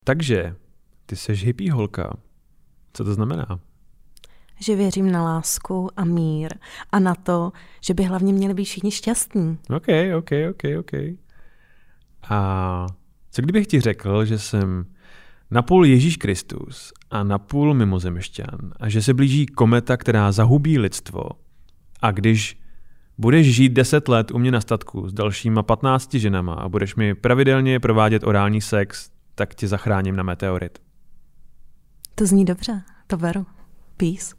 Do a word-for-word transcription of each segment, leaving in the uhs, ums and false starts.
Takže, ty seš hippie holka. Co to znamená? Že věřím na lásku a mír a na to, že by hlavně měli být všichni šťastní. OK, OK, OK, OK. A co kdybych ti řekl, že jsem napůl Ježíš Kristus a napůl mimozemšťan a že se blíží kometa, která zahubí lidstvo a když budeš žít deset let u mě na statku s dalšíma patnácti ženama a budeš mi pravidelně provádět orální sex, tak tě zachráním na meteorit. To zní dobře, to beru. Peace.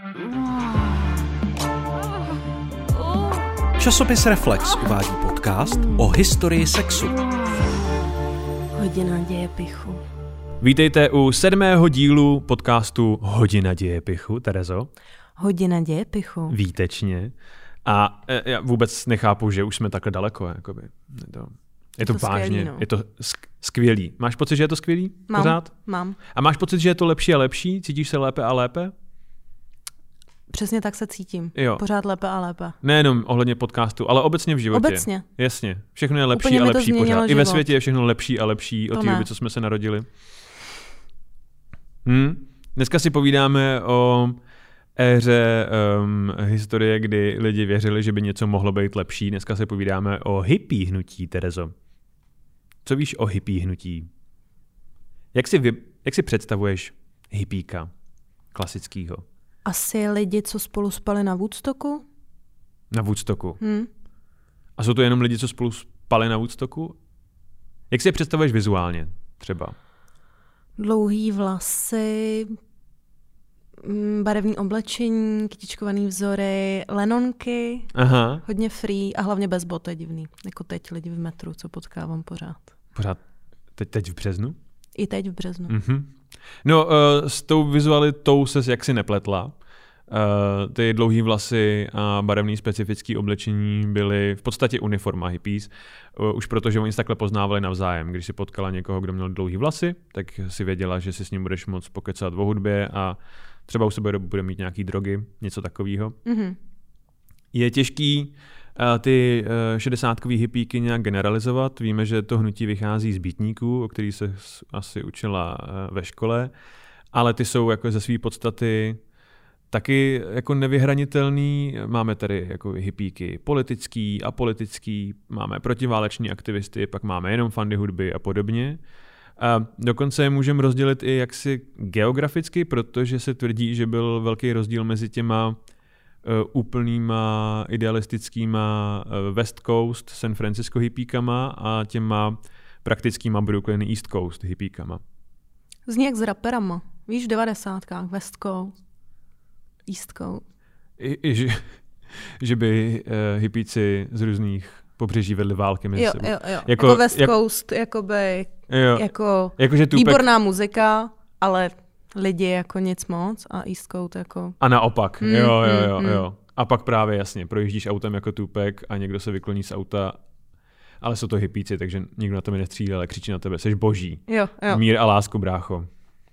Časopis Reflex uvádí podcast o historii sexu. Hodina dějepichu. Vítejte u sedmého dílu podcastu Hodina dějepichu, Terezo. Hodina dějepichu. Výtečně. A já vůbec nechápu, že už jsme takhle daleko. Jakoby. Je to, je to, to vážně, skvělý, no. Je to skvělý. Máš pocit, že je to skvělý? Mám, Pořád? mám. A máš pocit, že je to lepší a lepší? Cítíš se lépe a lépe? Přesně tak se cítím. Jo. Pořád lépe a lépe. Nejenom ohledně podcastu, ale obecně v životě. Obecně. Jasně. Všechno je lepší Úplně a mi to lepší změnilo pořád. život. I ve světě je všechno lepší a lepší od té doby, co jsme se narodili. Hm? Dneska si povídáme o éře um, historie, kdy lidi věřili, že by něco mohlo být lepší. Dneska se povídáme o hippie hnutí, Terezo. Co víš o hippie hnutí? Jak si, vy, jak si představuješ hippíka klasickýho? Asi lidi, co spolu spali na Woodstocku? Na Woodstocku. Hm. A jsou to jenom lidi, co spolu spali na Woodstocku? Jak si je představuješ vizuálně třeba? Dlouhý vlasy, barevné oblečení, kytičkovaný vzory, lenonky, Aha. hodně free a hlavně bez bot, to je divný. Jako teď lidi v metru, co potkávám pořád. Pořád teď, teď v březnu? I teď v březnu. Mhm. No, uh, s tou vizualitou ses jaksi nepletla. Uh, ty dlouhý vlasy a barevný specifický oblečení byly v podstatě uniforma hippies, uh, už protože oni se takhle poznávali navzájem. Když si potkala někoho, kdo měl dlouhý vlasy, tak si věděla, že si s ním budeš moct pokecat o hudbě a třeba u sebe bude mít nějaký drogy, něco takového. Mm-hmm. Je těžký uh, ty uh, šedesátkový hippíky nějak generalizovat. Víme, že to hnutí vychází z beatníků, o kterých se asi učila uh, ve škole, ale ty jsou jako ze své podstaty taky jako nevyhranitelný. Máme tady jako hippíky politický, apolitický, máme protiváleční aktivisty, pak máme jenom fandy hudby a podobně. A dokonce je můžeme rozdělit i jaksi geograficky, protože se tvrdí, že byl velký rozdíl mezi těma uh, úplnýma idealistickýma uh, West Coast San Francisco hippíkama a těma praktickýma Brooklyn East Coast hippíkama. Zní jak s raperama. Víš, v devadesátkách West Coast, East Coast. I, i že, že by uh, hippíci z různých pobřeží vedli války mezi jo, sebou. Jo, jo. Jako, jako West jak, Coast, jakoby, jo. jako, jako že Tupac, výborná muzika, ale lidi jako nic moc a East Coast jako... A naopak, mm, jo, jo, jo, mm, jo. A pak právě jasně, projíždíš autem jako Tupac a někdo se vykloní z auta, ale jsou to hippíci, takže nikdo na tebe nestřílí, ale křičí na tebe, seš boží. Jo, jo. Mír a lásku, brácho.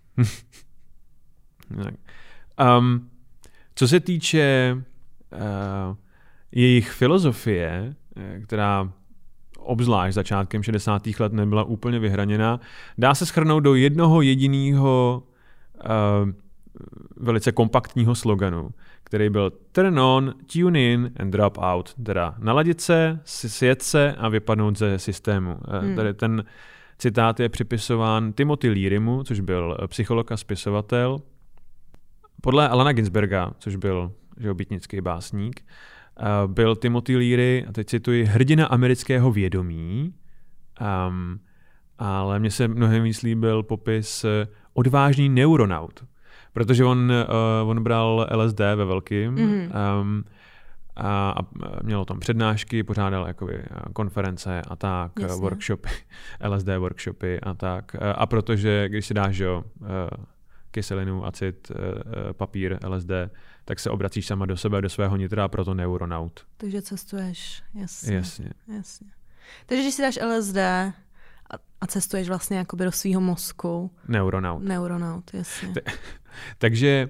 um, co se týče uh, jejich filozofie, která obzvlášť začátkem šedesátých let nebyla úplně vyhraněná, dá se shrnout do jednoho jediného uh, velice kompaktního sloganu, který byl turn on, tune in and drop out, teda naladit se, sjet se a vypadnout ze systému. Hmm. Tady ten citát je připisován Timothy Learymu, což byl psycholog a spisovatel. Podle Alana Ginsberga, což byl beatnický básník, byl Timothy Leary, a teď cituji, hrdina amerického vědomí, um, ale mně se mnohem víc líbil popis odvážný neuronaut, protože on, uh, on bral L S D ve velkým mm. um, a, a měl tam přednášky, pořádal jakoby konference a tak, Jasně. workshopy, L S D workshopy a tak. A protože když si dáš jo, kyselinu, acid, papír, L S D, tak se obracíš sama do sebe, do svého nitra, a proto neuronaut. Takže cestuješ, jasně. Jasně. jasně. Takže když si dáš L S D a, a cestuješ vlastně jakoby do svého mozku. Neuronaut. Neuronaut, jasně. T- takže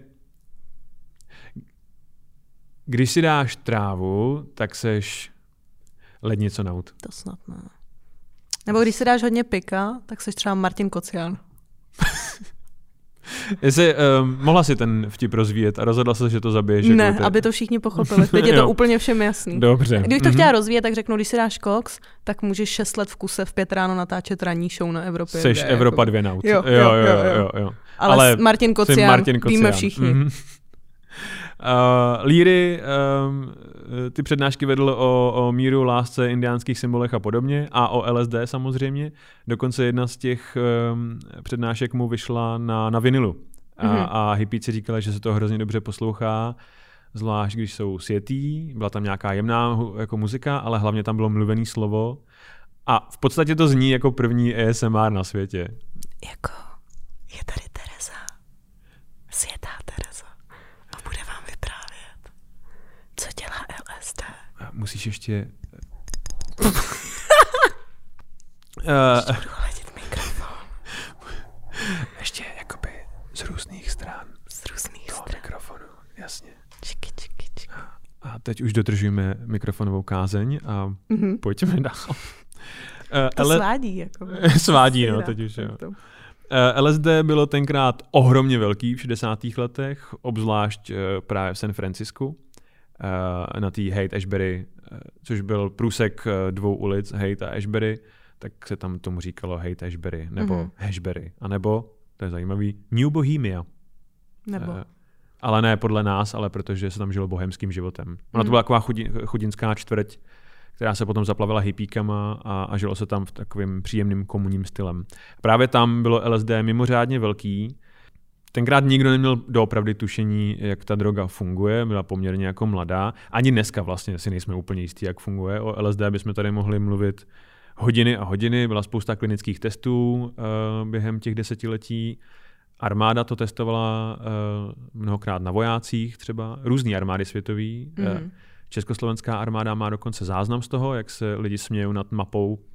když si dáš trávu, tak seš ledniconaut. To snad ne. Nebo když si dáš hodně pika, tak seš třeba Martin Kocian. Jestli, um, mohla si ten vtip rozvíjet a rozhodla se, že to zabiješ. Ne, jako aby to všichni pochopili. Teď je to úplně všem jasný. Dobře. Když to mm-hmm. chtěla rozvíjet, tak řeknu, když si dáš koks, tak můžeš šest let v kuse v pět ráno natáčet ranní show na Evropě. Seš kde, Evropa jako... dvě naut. Jo, jo, jo, jo, jo, jo. Ale, Ale Martin Kocián, Martin Kocián, víme všichni. Mm-hmm. Uh, Leary um, ty přednášky vedl o, o míru, lásce, indiánských symbolech a podobně a o L S D samozřejmě. Dokonce jedna z těch um, přednášek mu vyšla na, na vinilu. Mm-hmm. A, a hippíci říkali, že se to hrozně dobře poslouchá, zvlášť když jsou sjetý, byla tam nějaká jemná jako muzika, ale hlavně tam bylo mluvený slovo a v podstatě to zní jako první A S M R na světě. Jako je tady Tereza, světá Tereza a bude vám vyprávět, co dělá L S D. A musíš ještě... Ještě budu hledět mikrofon. Ještě jakoby z různých stran. Z různých toho stran. mikrofonu, jasně. Čiky, čiky, čiky. A teď už dodržujeme mikrofonovou kázeň a mm-hmm. pojďme dál. To L- svádí. Jako svádí, no, teď už jo. L S D bylo tenkrát ohromně velký v šedesátých letech, obzvlášť právě v San Francisku, na té Haight Ashbury, což byl průsek dvou ulic, Haight a Ashbury, tak se tam tomu říkalo Haight Ashbury, nebo mm-hmm. Ashbury, anebo, to je zajímavý, New Bohemia. Nebo... Uh, ale ne podle nás, ale protože se tam žilo bohemským životem. Ona mm. to byla taková chudin, chudinská čtvrť, která se potom zaplavila hippíkama a, a žilo se tam v takovým příjemným komunním stylem. Právě tam bylo L S D mimořádně velký. Tenkrát nikdo neměl doopravdy tušení, jak ta droga funguje, byla poměrně jako mladá. Ani dneska vlastně si nejsme úplně jistí, jak funguje. O L S D bychom tady mohli mluvit hodiny a hodiny. Byla spousta klinických testů uh, během těch desetiletí. Armáda to testovala uh, mnohokrát na vojácích třeba, různý armády světový. Mm. Uh, Československá armáda má dokonce záznam z toho, jak se lidi smějou nad mapou. Uh,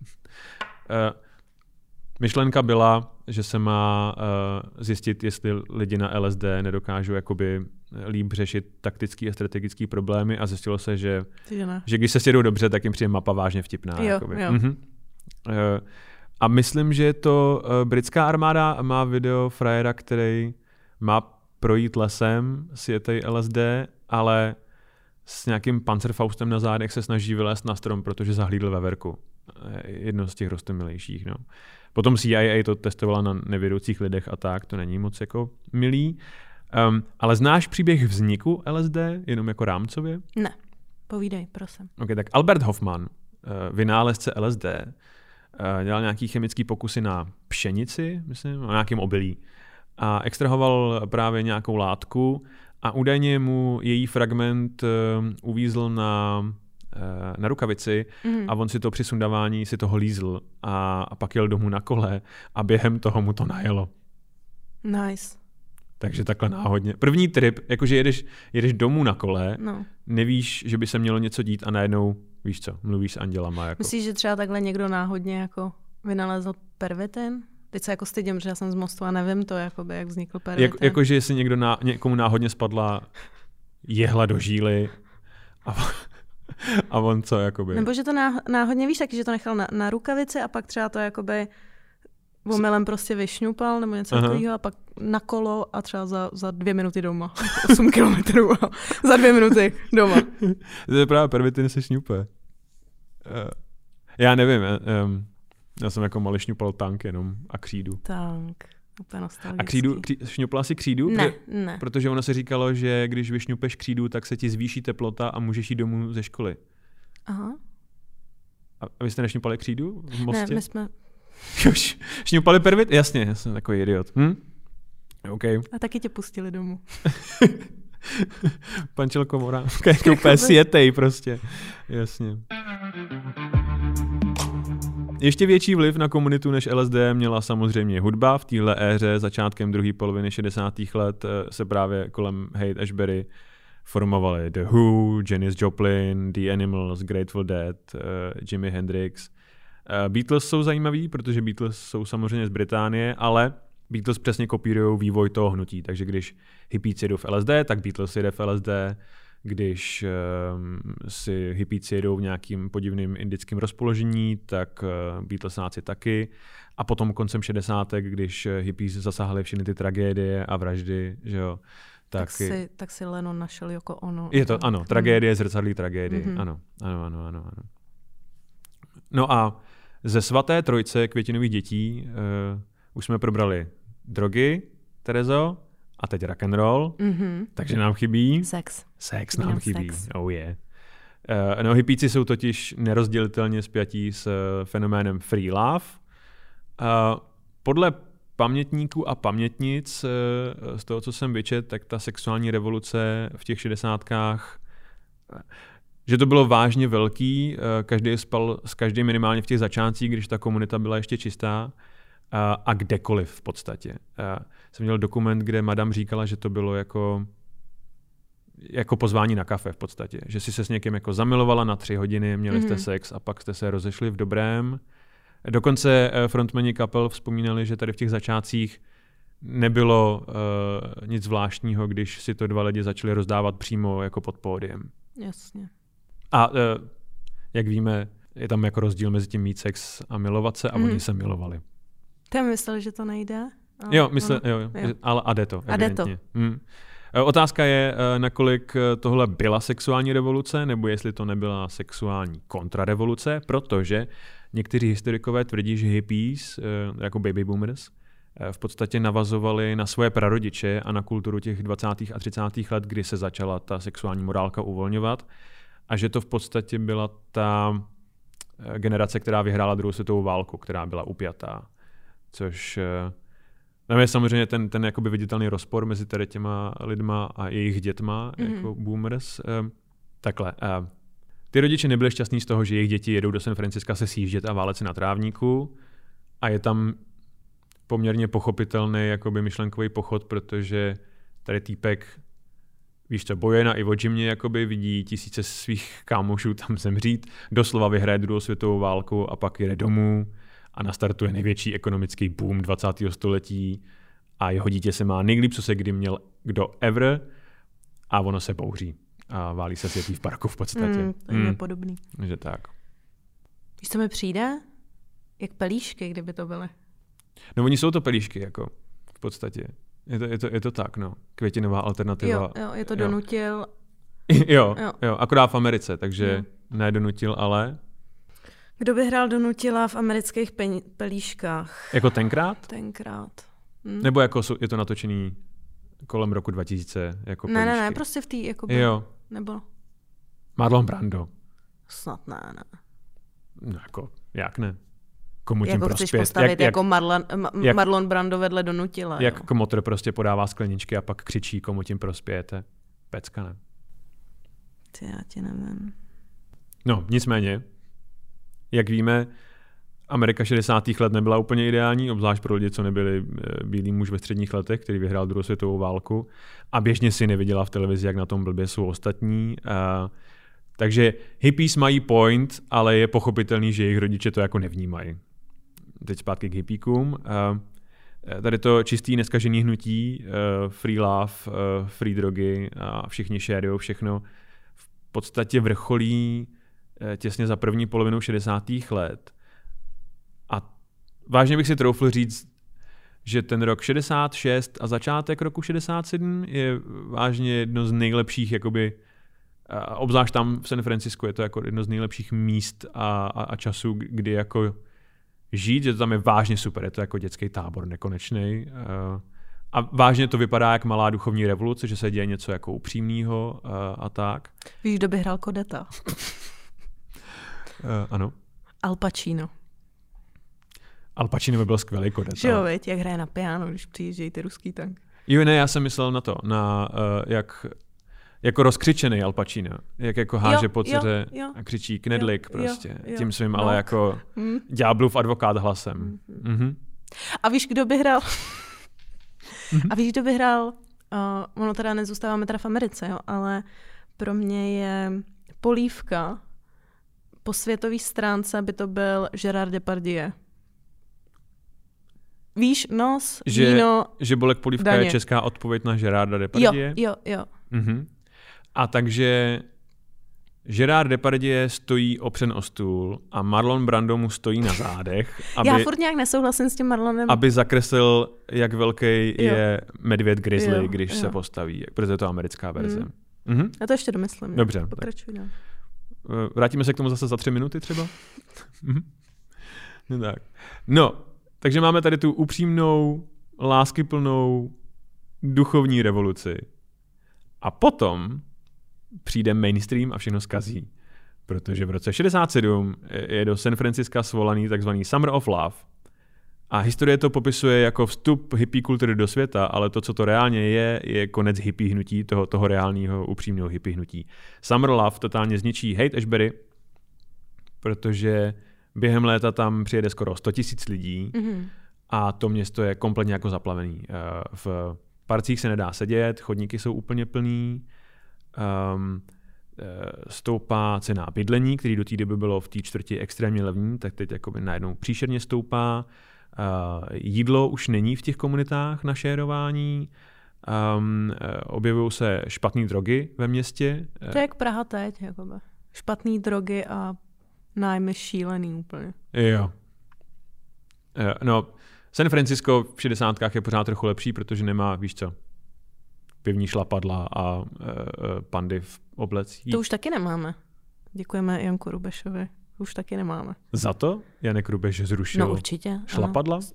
myšlenka byla, že se má uh, zjistit, jestli lidi na L S D nedokážou jakoby líp řešit taktický a strategický problémy a zjistilo se, že, že když se sjedou dobře, tak jim přijde mapa vážně vtipná. Jo, jakoby. jo. Mm-hmm. Uh, A myslím, že to uh, britská armáda má video frajera, který má projít lesem, sjetej L S D, ale s nějakým Panzerfaustem na zádech se snaží vylézt na strom, protože zahlídl veverku. Jedno z těch rostomilejších. No. Potom C I A to testovala na nevědoucích lidech a tak, to není moc jako milý. Um, ale znáš příběh vzniku L S D, jenom jako rámcově? Ne, povídej, prosím. Ok, tak Albert Hofmann, uh, vynálezce L S D, uh, dělal nějaký chemický pokusy na pšenici, myslím, na nějakém obilí. A extrahoval právě nějakou látku a údajně mu její fragment uh, uvízl na, uh, na rukavici mm. a on si to při sundávání si toho lízl a, a pak jel domů na kole a během toho mu to najelo. Nice. Takže takhle náhodně. První trip, jakože jedeš, jedeš domů na kole, no. nevíš, že by se mělo něco dít a najednou, víš co, mluvíš s andělama. Jako. Myslíš, že třeba takhle někdo náhodně jako vynalezl pervitin? Teď se jako stydím, že já jsem z Mostu a nevím to, jakoby, jak vznikl pervitin. Jak, jakože jestli někdo ná, někomu náhodně spadla jehla do žíly a, a on co, jakoby. Nebo že to náhodně víš taky, že to nechal na, na rukavici a pak třeba to jakoby omylem prostě vyšňupal nebo něco takového a pak na kolo a třeba za, za dvě minuty doma. osm kilometrů a za dvě minuty doma. To je právě pervitin se šňupe. Uh, já nevím, um, já jsem jako malý šňupal tank jenom a křídu. Tank, úplně nostalgický. A křídu, kří, šňupla si křídu? Ne, protože, ne. Protože ono se říkalo, že když vyšňupeš křídu, tak se ti zvýší teplota a můžeš jít domů ze školy. Aha. A, a vy jste nešňupali křídu v Mostě? Ne, my jsme... Šňupali pervit? Jasně, já jsem takový idiot. Hm? Okay. A taky tě pustili domů. Pančel komora. Jako úplně sjetej prostě. Jasně. Ještě větší vliv na komunitu než L S D měla samozřejmě hudba. V téhle éře začátkem druhé poloviny šedesátých let se právě kolem Haight Ashbury formovali The Who, Janis Joplin, The Animals, Grateful Dead, uh, Jimi Hendrix. Uh, Beatles jsou zajímaví, protože Beatles jsou samozřejmě z Británie, ale Beatles přesně kopírují vývoj toho hnutí. Takže když hippíci jedou v L S D, tak Beatles jede v L S D. když um, si hippíci jedou v nějakým podivným indickým rozpoložení, tak uh, Beatlesáci taky. A potom koncem šedesátek, když hippies zasáhli všechny ty tragédie a vraždy, že jo, tak, tak, si, tak si Lennon našel jako ono. Je to, ano, tragédie zrcadlí tragédii, mm-hmm. ano, ano, ano, ano, ano. No a ze svaté trojce květinových dětí uh, už jsme probrali drogy, Terezo, a teď rock and roll, mm-hmm. takže nám chybí... Sex. Sex chybí nám nám chybí, sex. oh yeah. Uh, no, hippíci jsou totiž nerozdělitelně spjatí s uh, fenoménem free love. Uh, podle pamětníků a pamětnic, uh, z toho, co jsem vyčet, tak ta sexuální revoluce v těch šedesátkách, uh, že to bylo vážně velký, uh, každý spal s každým minimálně v těch začátcích, když ta komunita byla ještě čistá, uh, a kdekoliv v podstatě. Uh, jsem měl dokument, kde madam říkala, že to bylo jako jako pozvání na kafe v podstatě. Že si se s někým jako zamilovala na tři hodiny, měli jste mm-hmm. sex a pak jste se rozešli v dobrém. Dokonce frontmani kapel vzpomínali, že tady v těch začátcích nebylo uh, nic zvláštního, když si to dva lidi začali rozdávat přímo jako pod pódiem. Jasně. A uh, jak víme, je tam jako rozdíl mezi tím mít sex a milovat se a mm. oni se milovali. Ty mysleli, že to nejde? A jo, myslím, ono, jo, jo, jo. Ale a jde to. A jde to. Hmm. Otázka je, nakolik tohle byla sexuální revoluce, nebo jestli to nebyla sexuální kontrarevoluce, protože někteří historikové tvrdí, že hippies, jako baby boomers, v podstatě navazovali na svoje prarodiče a na kulturu těch dvacátých a třicátých let, kdy se začala ta sexuální morálka uvolňovat, a že to v podstatě byla ta generace, která vyhrála druhou světovou válku, která byla upjatá. Což tam je samozřejmě ten, ten jakoby viditelný rozpor mezi tady těma lidma a jejich dětma, mm-hmm. jako boomers. Takhle. Ty rodiče nebyli šťastní z toho, že jejich děti jedou do San Franciska se sjíždět a válet si na trávníku, a je tam poměrně pochopitelný jakoby myšlenkový pochod, protože tady týpek, víš co, bojuje na Iwo Jimě, jakoby vidí tisíce svých kámošů tam zemřít, doslova vyhraje druhou světovou válku a pak jede domů a nastartuje největší ekonomický boom dvacátého století a jeho dítě se má nejlíp, co se kdy měl kdo ever, a ono se bouří a válí se světí v parku v podstatě. Mm, to je hmm. podobný. Že tak. Víš, co mi přijde? Jak pelíšky, kdyby to byly. No oni jsou to pelíšky, jako v podstatě. Je to, je to, je to tak, no. Květinová alternativa. Jo, jo, je to donutil. jo, jo, jo, akorát v Americe, takže hmm. ne donutil, ale... Kdo by hrál donutila v amerických peň- pelíškách? Jako tenkrát? Tenkrát. Hm. Nebo jako je to natočený kolem roku dva tisíce jako ne, pelíšky? Ne, ne, prostě v té jako Jo. Nebo? Marlon Brando. Snad ne, ne. No jako, jak ne? Komu tím jako prospět? chceš postavit jak, jako jak, Marlon, Ma- jak, Marlon Brando vedle donutila. Jak jo. komotr prostě podává skleničky a pak křičí, komu tím prospějete. Pecka, ne? Ty, já ti nevím. No, nicméně, jak víme, Amerika šedesátých let nebyla úplně ideální, obzvlášť pro lidi, co nebyli bílý muž ve středních letech, který vyhrál druhou světovou válku, a běžně si neviděla v televizi, jak na tom blbě jsou ostatní. Uh, takže hippies mají point, ale je pochopitelný, že jejich rodiče to jako nevnímají. Teď zpátky k hippíkům. Uh, tady to čistý neskažený hnutí, uh, free love, uh, free drogy a všichni šérujou všechno, v podstatě vrcholí uh, těsně za první polovinu šedesátých let. A vážně bych si troufl říct, že ten rok šedesát šest a začátek roku šedesát sedm je vážně jedno z nejlepších, jakoby, a obzvlášť tam v San Francisku je to jako jedno z nejlepších míst a, a, a časů, kdy jako žít, že to tam je vážně super, je to jako dětský tábor nekonečný. A vážně to vypadá jak malá duchovní revoluce, že se děje něco jako upřímného a, a tak. Víš, kdo by hrál Kodeta? uh, ano. Al Pacino. Al Pacino by byl skvělý Kodeta. Že jo, veď, jak hraje na piano, když přijíždějí ty ruský tank. Jo, ne, já jsem myslel na to, na uh, jak jako rozkřičený Al Pacino, jak jako háže jo, po dceře jo, jo, a křičí knedlik jo, prostě, jo, tím svým no. ale jako mm. ďáblův advokát hlasem. Mm. Mm-hmm. A víš, kdo by hrál? A víš, kdo by hrál? Uh, ono teda nezůstáváme teda v Americe, jo, ale pro mě je polívka po světové stránce by to byl Gérard Depardieu. Víš, nos, že, víno, že Bolek polívka daně. je česká odpověď na Gérarda Depardieu? Jo, jo, jo. Mm-hmm. A takže Gerard Depardieu stojí opřen o stůl a Marlon Brando mu stojí na zádech, aby, Já furt nějak nesouhlasím s tím Marlonem. aby zakreslil, jak velký Jo. je medvěd grizzly, Jo, když jo. se postaví, protože je to americká verze. Mm. Mhm. Já to ještě domyslím. Dobře. Pokračuj. No. Vrátíme se k tomu zase za tři minuty třeba? Mhm. no tak. No, takže máme tady tu upřímnou, láskyplnou duchovní revoluci. A potom přijde mainstream a všechno zkazí. Protože v roce šedesát sedm je do San Francisca svolaný takzvaný Summer of Love. A historie to popisuje jako vstup hippie kultury do světa, ale to, co to reálně je, je konec hippie hnutí, toho, toho reálného, upřímného hippie hnutí. Summer Love totálně zničí Haight-Ashbury, protože během léta tam přijede skoro sto tisíc lidí Mm-hmm. a to město je kompletně jako zaplavený. V parcích se nedá sedět, chodníky jsou úplně plný, um, stoupá cena bydlení, který do té doby bylo v té čtvrti extrémně levný, tak teď jakoby najednou příšerně stoupá. Uh, jídlo už není v těch komunitách na šérování, um, objevují se špatné drogy ve městě. To je jak Praha teď, jakoby. Špatný drogy a nájmy šílený úplně. Jo. Uh, no, San Francisco v šedesátkách je pořád trochu lepší, protože nemá, víš co, pivní šlapadla a uh, pandy v oblecích. To už taky nemáme. Děkujeme Janku Rubešovi. Už taky nemáme. Za to Janek Rubeš zrušil No určitě. šlapadla? Ano.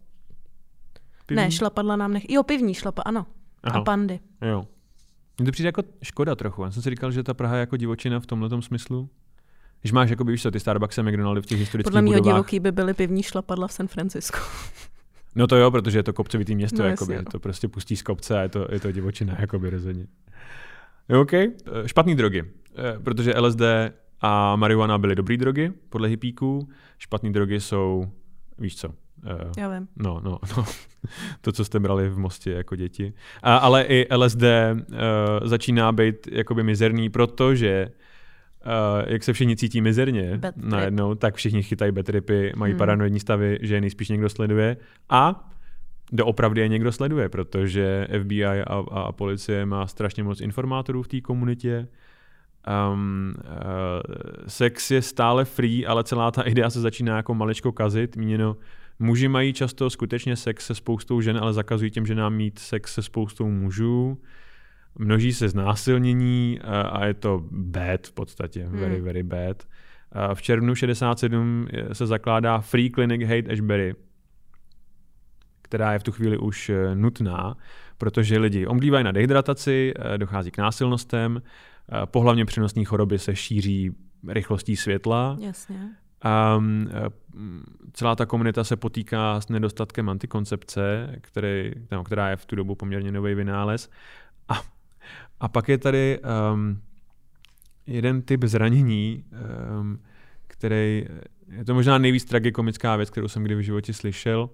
Pivní? Ne, šlapadla nám nech... Jo, pivní šlapa, ano. Aha. A pandy. Jo. Mně to přijde jako škoda trochu. Já jsem si říkal, že ta Praha je jako divočina v tomhletom smyslu. Když máš, jako víš co, ty Starbucks a McDonaldy v těch historických Podle mého budovách. divoký by byly pivní šlapadla v San Francisco. No to jo, protože je to kopcovitý město, No, jakoby, jasně, no. to prostě pustí z kopce a je to, je to divočina, jakoby rozhodně. Jo, OK. Špatný drogy, protože L S D a marihuana byly dobrý drogy, podle hippíků. Špatný drogy jsou, víš co, Já vím. no, no, no, to, co jste brali v Mostě jako děti. A, ale i L S D uh, začíná být jakoby mizerný, protože Uh, jak se všichni cítí mizerně Bad trip. najednou, tak všichni chytají bad tripy, mají Hmm. paranoidní stavy, že je nejspíš někdo sleduje a doopravdy je někdo sleduje, protože F B I a, a policie má strašně moc informátorů v té komunitě. Um, uh, sex je stále free, ale celá ta idea se začíná jako maličko kazit. Míněno, muži mají často skutečně sex se spoustou žen, ale zakazují těm ženám mít sex se spoustou mužů. Množí se znásilnění a je to bad v podstatě, Hmm. very, very bad. V červnu šedesát sedm se zakládá Free Clinic Haight-Ashbury, která je v tu chvíli už nutná, protože lidi omdlívají na dehydrataci, dochází k násilnostem, pohlavně přenosné choroby se šíří rychlostí světla. Jasně. Um, celá ta komunita se potýká s nedostatkem antikoncepce, který, no, která je v tu dobu poměrně nový vynález. A, a pak je tady um, jeden typ zranění, um, který je to možná nejvíc tragikomická věc, kterou jsem kdy v životě slyšel.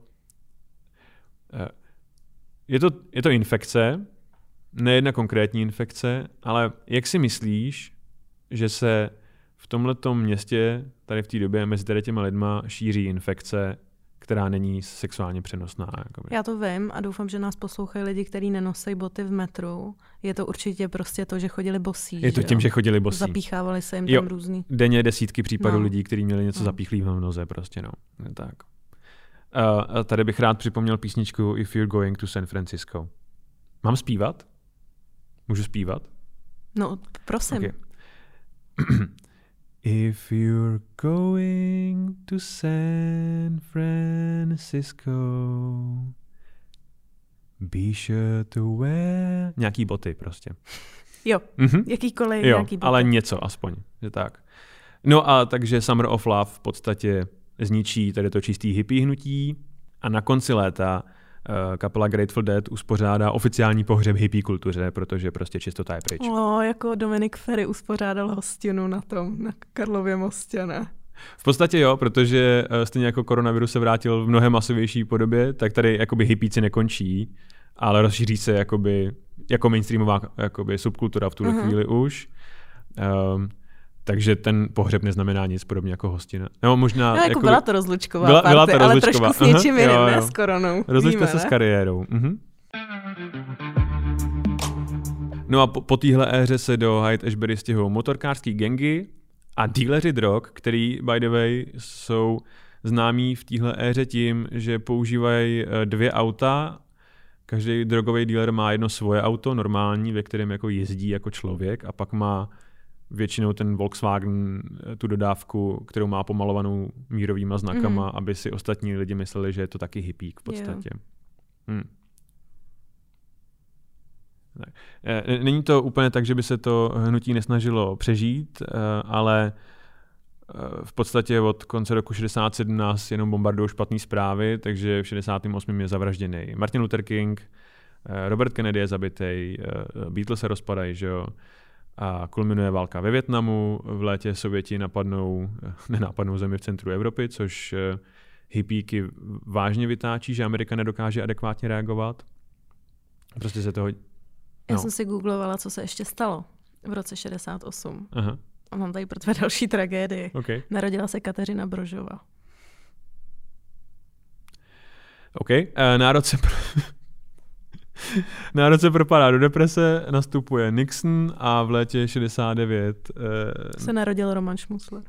Uh, je to, je to infekce, ne jedna konkrétní infekce, ale jak si myslíš, že se v tomhletom městě, tady v té době mezi tady těma lidma šíří infekce, která není sexuálně přenosná? Jakoby. Já to vím a doufám, že nás poslouchají lidi, kteří nenosí boty v metru. Je to určitě prostě to, že chodili bosí. Je to že tím, jo? že chodili bosí. Zapíchávali se jim Jo. tam různý. Denně desítky případů No. lidí, kteří měli něco No. zapíchlý v noze, prostě no. Je tak. Uh, a tady bych rád připomněl písničku If You're Going to San Francisco. Mám zpívat? Můžu zpívat? No, prosím. Okay. If you're going to San Francisco, be sure to wear... Nějaký boty prostě. Jo, Mhm. jakýkoliv Jo, nějaký boty. ale něco aspoň, že tak. No a takže Summer of Love v podstatě zničí tady to čistý hippie hnutí a na konci léta uh, kapela Grateful Dead uspořádá oficiální pohřeb hippie kultuře, protože prostě čistota je pryč. O, jako Dominik Ferry uspořádal hostinu na tom, na Karlově mostě, ne? V podstatě jo, protože uh, stejně jako koronavirus se vrátil v mnohem masovější podobě, tak tady jakoby hippíci nekončí, ale rozšíří se jakoby, jako mainstreamová jakoby subkultura v tuhle Mhm. chvíli už. Um, takže ten pohřeb neznamená nic podobně jako hostina. Nebo možná... No, jako jakoby, byla to rozlučková byla- byla party, to ale rozlučková. trošku s něčím Aha, jiným, jo, ne jo. s koronou. Rozlučte Víme, se ne? s kariérou. Mhm. No a po, po téhle éře se do Hyde-Ashbury stěhují motorkářský gangy a díleři drog, který by the way jsou známí v téhle éře tím, že používají dvě auta. Každý drogový dealer má jedno svoje auto, normální, ve kterém jako jezdí jako člověk a pak má většinou ten Volkswagen tu dodávku, kterou má pomalovanou mírovýma znakama, mm. aby si ostatní lidi mysleli, že je to taky hippík v podstatě. Hmm. Není to úplně tak, že by se to hnutí nesnažilo přežít, ale v podstatě od konce roku šedesát sedm nás jenom bombardují špatné zprávy, takže v šedesátém osmém je zavražděný Martin Luther King, Robert Kennedy je zabitý, Beatles se rozpadají, že jo, a kulminuje válka ve Vietnamu, v létě Sověti napadnou, nenapadnou zemi v centru Evropy, což hippíky vážně vytáčí, že Amerika nedokáže adekvátně reagovat. Prostě se toho... No. Já jsem si googlovala, co se ještě stalo v roce šedesát osm. Aha. A mám tady pro tvé další tragédii. Okay. Narodila se Kateřina Brožová. OK. Národ se, pro... Národ se propadá do deprese, nastupuje Nixon a v létě šedesát devět eh... se narodil Roman Šmusler.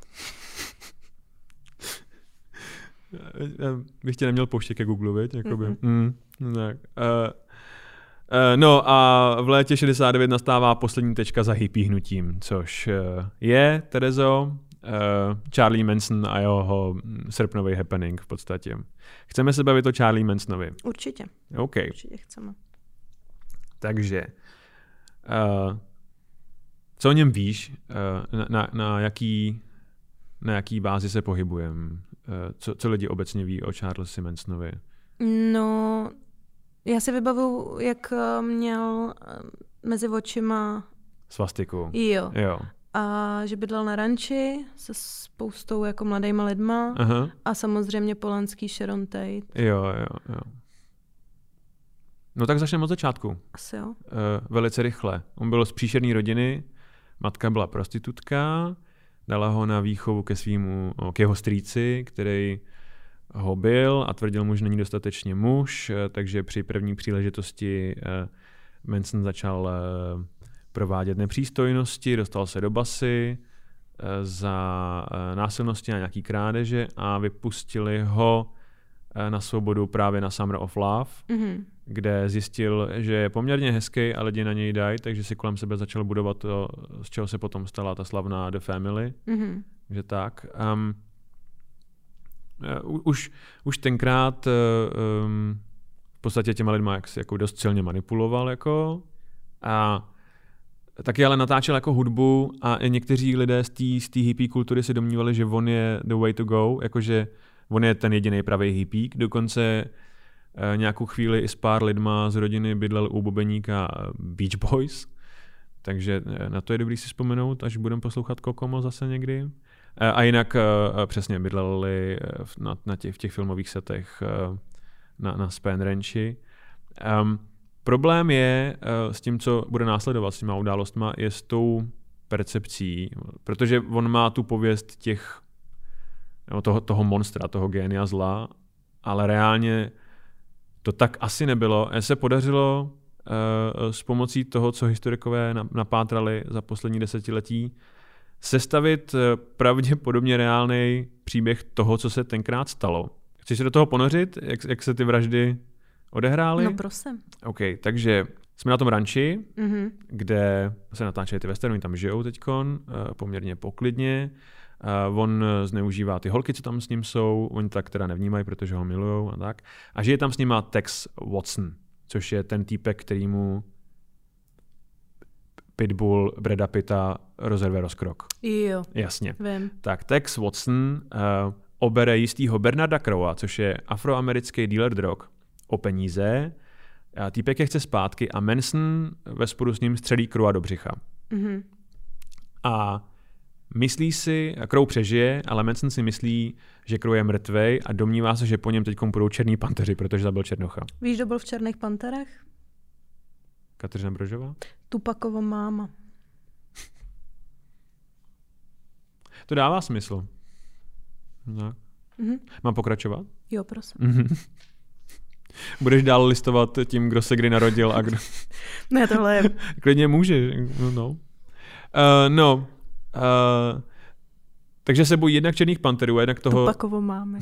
Já bych tě neměl pouštět ke Google, viď? Jakoby. Mm, tak. Uh, uh, no a v létě šedesát devět nastává poslední tečka za hippie hnutím, což uh, je, Terezo, uh, Charlie Manson a jeho srpnový happening v podstatě. Chceme se bavit o Charlie Mansonovi? Určitě. OK. Určitě chceme. Takže, uh, co o něm víš, uh, na, na, na, jaký, na jaký bázi se pohybujeme? Co, co lidi obecně ví o Charlesi Mansonovi? No, já si vybavuju, jak měl mezi očima... Svastiku. Jo. jo. A že bydlel na ranči se spoustou jako mladýma lidma. Aha. A samozřejmě polanský Sharon Tate. Jo, jo, jo. No tak začneme od začátku. Asi jo. Uh, velice rychle. On byl z příšerné rodiny, matka byla prostitutka, dala ho na výchovu ke svýmu, k jeho strýci, který ho byl a tvrdil mu, že není dostatečně muž, takže při první příležitosti Manson začal provádět nepřístojnosti, dostal se do basy za násilnosti a nějaký krádeže a vypustili ho na svobodu právě na Summer of Love, mm-hmm. kde zjistil, že je poměrně hezký a lidi na něj dají, takže si kolem sebe začal budovat to, z čeho se potom stala ta slavná The Family. Mm-hmm. Takže tak. Um, uh, už, už tenkrát um, v podstatě těma lidma jak si jako dost silně manipuloval jako, a taky ale natáčel jako hudbu a někteří lidé z té hippie kultury si domnívali, že on je the way to go, jakože on je ten jediný pravý hippík. Dokonce e, nějakou chvíli i s pár lidma z rodiny bydlel u bubeníka Beach Boys. Takže e, na to je dobrý si vzpomenout, až budeme poslouchat Kokomo zase někdy. E, a jinak e, přesně bydleli na, na těch, v těch filmových setech e, na, na Span Ranchi. Um, problém je e, s tím, co bude následovat s těma událostma, je s tou percepcí, protože on má tu pověst těch Toho, toho monstra, toho génia zla, ale reálně to tak asi nebylo. Se podařilo uh, s pomocí toho, co historikové napátrali za poslední desetiletí, sestavit uh, pravděpodobně reálný příběh toho, co se tenkrát stalo. Chceš se do toho ponořit, jak, jak se ty vraždy odehrály? No prosím. OK, takže jsme na tom ranči, mm-hmm. kde se natáčejí ty westerny, oni tam žijou teďkon, uh, poměrně poklidně. Uh, on zneužívá ty holky, co tam s ním jsou, oni tak teda nevnímají, protože ho milujou a tak. A žije tam s nima Tex Watson, což je ten týpek, kterýmu Pitbull Brada Pitta rozerve rozkrok. Jo. Jasně. Vím. Tak Tex Watson uh, obere jistýho Bernarda Crowa, což je afroamerický dealer drog, o peníze. A týpek je chce zpátky a Manson ve sporu s ním střelí Crowa do břicha. Mm-hmm. A myslí si, Crow přežije, ale Manson si myslí, že Crow je mrtvej a domnívá se, že po něm teď půjdou černí panteři, protože zabil Černocha. Víš, kdo byl v Černých panterech? Kateřina Brožová? Tupakova máma. To dává smysl. No. Mm-hmm. Mám pokračovat? Jo, prosím. Mm-hmm. Budeš dál listovat tím, kdo se kdy narodil a kdo... Ne, tohle je... Klidně můžeš. No, no. Uh, no. Uh, takže se bojí jednak černých panterů a jednak toho... Tupakovo máme.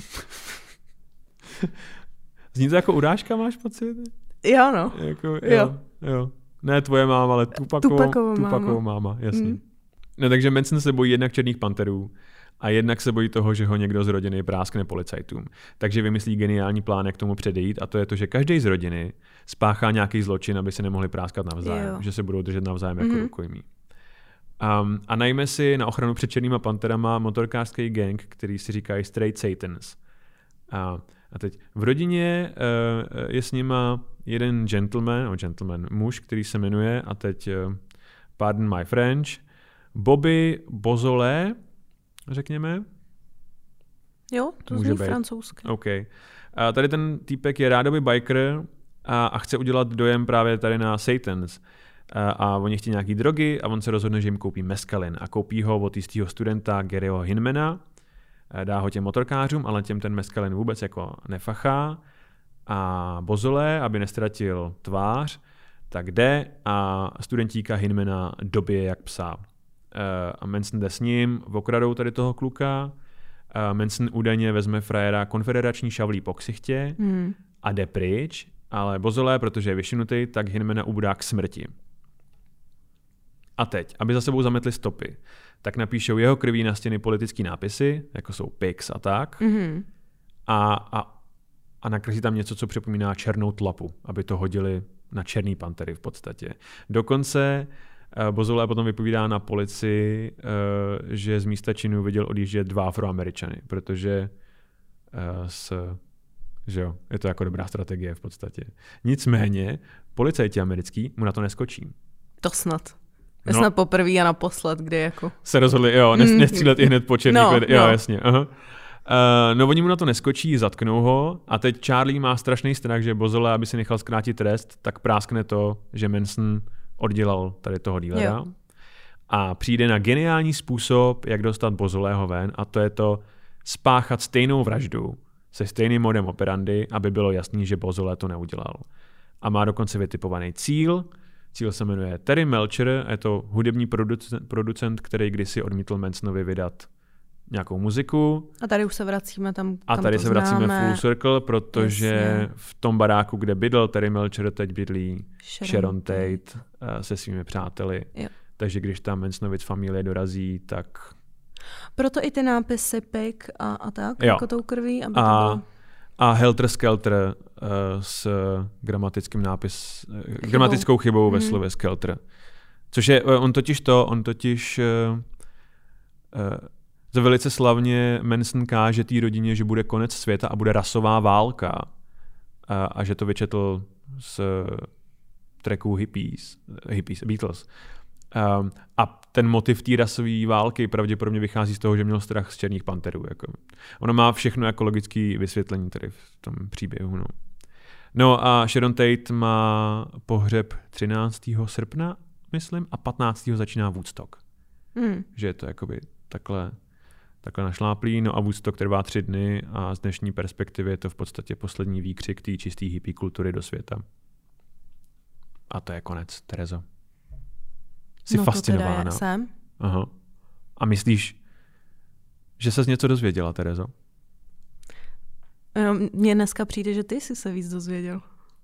Zní to jako urážka, máš pocit? Jo, no. Jako, jo, jo. jo. Ne tvoje máma, ale Tupakovo, Tupakovo, Tupakovo máma. máma, jasně. Mm. No takže Manson se bojí jednak černých panterů a jednak se bojí toho, že ho někdo z rodiny práskne policajtům. Takže vymyslí geniální plán, jak tomu předejít, a to je to, že každý z rodiny spáchá nějaký zločin, aby se nemohli práskat navzájem, Jo. že se budou držet navzájem jako Mhm. rukojmí. Um, a najme si na ochranu před černýma panterama motorkářský gang, který si říkají Straight Satans. A, a teď v rodině uh, je s nima jeden gentleman, no gentleman, muž, který se jmenuje, a teď uh, pardon my French, Bobby Beausoleil, řekněme. Jo, to Může zní být. francouzsky. OK. A tady ten týpek je rádový biker a, a chce udělat dojem právě tady na Satans. A, a oni chtějí nějaký drogy a on se rozhodne, že jim koupí meskalin a koupí ho od jistého studenta Garyho Hinmana, dá ho těm motorkářům, ale těm ten meskalin vůbec jako nefachá a Beausoleil, aby nestratil tvář, tak jde a studentíka Hinmana dobije jak psa. A Manson jde s ním, okradou tady toho kluka, a Manson údajně vezme frajera konfederační šavlí po ksichtě Hmm. a jde pryč, ale Beausoleil, protože je vyšinutý, tak Hinmana ubudá k smrti. A teď, aby za sebou zametli stopy, tak napíšou jeho krví na stěny politický nápisy, jako jsou pigs a tak, Mhm. a, a, a nakreslí tam něco, co připomíná černou tlapu, aby to hodili na černý pantery v podstatě. Dokonce uh, Beausoleil potom vypovídá na policii, uh, že z místa činu viděl odjíždět dva Afroameričany, protože uh, s, že jo, je to jako dobrá strategie v podstatě. Nicméně, policajti americký mu na to neskočí. To snad. To je No. snad poprvé a naposled, kdy jako... Se rozhodli, jo, nes, Mm. nestřílet i hned po černých No, lidech. Jo, no. jasně. Aha. Uh, no oni mu na to neskočí, zatknou ho a teď Charlie má strašný strach, že Beausoleil, aby si nechal zkrátit trest, tak práskne to, že Manson oddělal tady toho dílera. Jo. A přijde na geniální způsob, jak dostat Beausoleiho ven, a to je to spáchat stejnou vraždu se stejným modem operandy, aby bylo jasný, že Beausoleil to neudělal. A má dokonce vytipovaný cíl. Cíl se jmenuje Terry Melcher, je to hudební producent, producent, který kdysi odmítl Mansonovi vydat nějakou muziku. A tady už se vracíme tam, A kam tady to se vracíme známe. full circle, protože Jasně. v tom baráku, kde bydl Terry Melcher, teď bydlí Sharon Sharon Tate. Tate uh, se svými přáteli. Jo. Takže když tam Mansonovic familie dorazí, tak... Proto i ty nápisy pig a, a tak, Jo. jako tou krví, aby to A, bylo... a Helter Skelter uh, s gramatickým nápis, uh, gramatickou chybou ve Mhm. slově Skelter. Což je, on totiž to, on totiž uh, uh, to velice slavně Manson káže té rodině, že bude konec světa a bude rasová válka. A, a že to vyčetl z tracků hippies, hippies, Beatles. Um, a ten motiv té rasové války pravděpodobně vychází z toho, že měl strach z černých panterů. Jako. Ono má všechno ekologické vysvětlení tady v tom příběhu. No. no a Sharon Tate má pohřeb třináctého srpna, myslím, a patnáctého začíná Woodstock. Hmm. Že je to jakoby takhle, takhle našláplý. No a Woodstock trvá tři dny a z dnešní perspektivy je to v podstatě poslední výkřik té čisté hippie kultury do světa. A to je konec, Terezo. Jsi no fascinována. To teda jsem. Aha. A myslíš, že ses něco dozvěděla, Terezo? No, mně dneska přijde, že ty jsi se víc dozvěděl.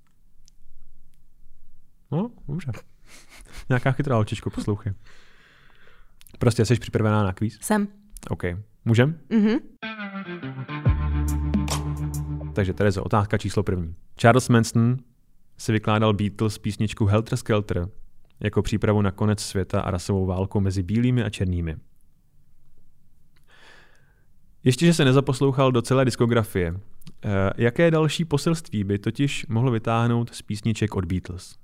No, dobře. Nějaká chytrá holčičko, poslouchej. Prostě jsi připravená na kvíz? Jsem. OK. Můžem? Mhm. Takže Terezo, otázka číslo první. Charles Manson si vykládal Beatles písničku Helter Skelter jako přípravu na konec světa a rasovou válku mezi bílými a černými. Ještě, že se nezaposlouchal do celé diskografie, eh, jaké další poselství by totiž mohl vytáhnout z písniček od Beatles?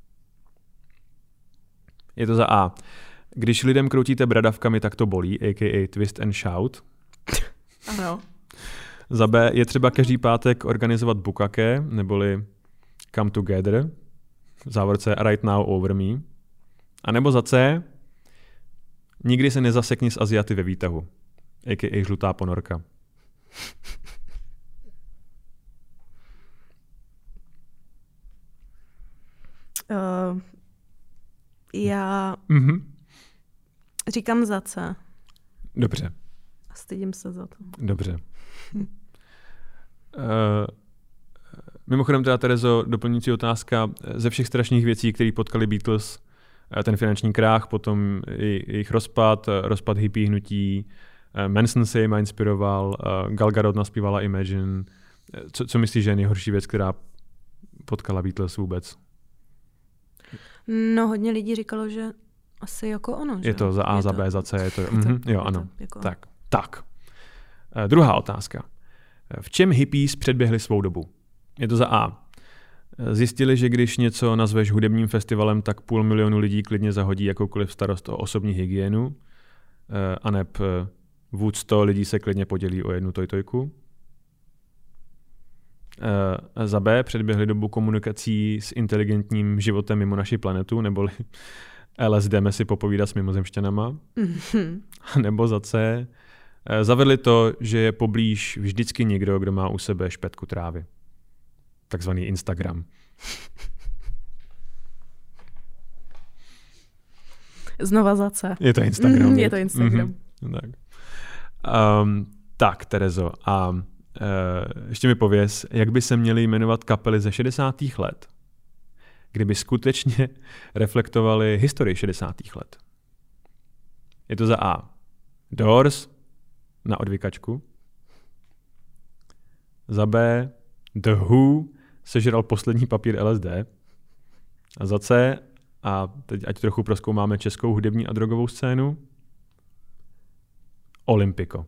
Je to za A. Když lidem kroutíte bradavkami, tak to bolí, a k a. Twist and Shout. Ano. Za B. Je třeba každý pátek organizovat bukake, neboli Come Together, v závorce Right Now Over Me. A nebo za C. Nikdy se nezasekni s Aziaty ve výtahu, a k a. Žlutá ponorka. Uh, já Mm-hmm. říkám za C. Dobře. A stydím se za to. Dobře. uh, mimochodem teda, Terezo, doplňující otázka. Ze všech strašných věcí, které potkali Beatles, ten finanční krách, potom jejich rozpad, rozpad hippie hnutí, Manson se jima inspiroval, Gal Gadot naspívala Imagine. Co, co myslíš, že je nejhorší věc, která potkala Beatles vůbec? No, hodně lidí říkalo, že asi jako ono. Že? Je to za A, je za to, B, za C. Je to, je to, mm-hmm, jo, je ano. To, jako... Tak, tak. Uh, druhá otázka. V čem hippies předběhli svou dobu? Je to za A. Zjistili, že když něco nazveš hudebním festivalem, tak půl milionu lidí klidně zahodí jakoukoliv starost o osobní hygienu. Uh, a neb Woodstock lidí se klidně podělí o jednu tojtojku. Uh, za B. Předběhli dobu komunikací s inteligentním životem mimo naši planetu, neboli L S D jdeme si popovídat s mimozemšťanama. Mm-hmm. Nebo za C. Zavedli to, že je poblíž vždycky někdo, kdo má u sebe špetku trávy. Takzvaný Instagram. Znova za C. Je to Instagram. Mm, je to Instagram. Mm-hmm. Tak. Um, tak, Terezo. A uh, ještě mi pověz, jak by se měly jmenovat kapely ze šedesátých let, kdyby skutečně reflektovali historii šedesátých let. Je to za A. Doors na odvykačku. Za B. The Who sežral poslední papír L S D. A za C. A teď ať trochu prozkoumáme českou hudební a drogovou scénu. Olympiko.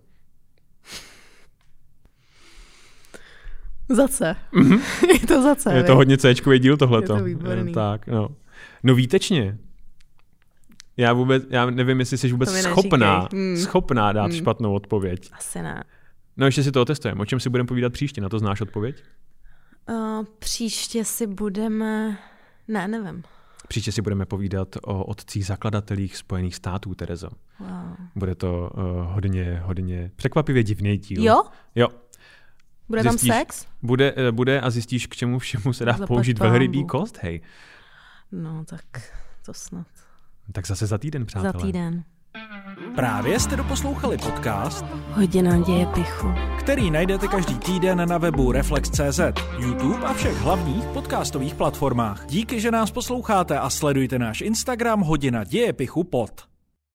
Za C. Mm-hmm. Je to za C. Je to hodně Cčkový díl tohleto. Je to výborný. Tak, no. No výtečně. Já vůbec, já nevím, jestli jsi vůbec schopná, mm. schopná dát mm. špatnou odpověď. Asi ne. No ještě si to otestujeme. O čem si budeme povídat příště? Na to znáš odpověď? Uh, příště si budeme... Ne, nevím. Příště si budeme povídat o otcích zakladatelích Spojených států, Terezo. Wow. Bude to uh, hodně, hodně překvapivě divný díl. Jo? Jo. Bude Zjistíš, tam sex? Bude, uh, bude a zjistíš, k čemu všemu se dá Zaplať použít pánbu. velrybý kost, hej. No, tak to snad. Tak zase za týden, přátelé. Za týden. Právě jste doposlouchali podcast, Hodina dějepichu, který najdete každý týden na webu Reflex tečka cé zet, YouTube a všech hlavních podcastových platformách. Díky, že nás posloucháte a sledujte náš Instagram Hodina dějepichu pod.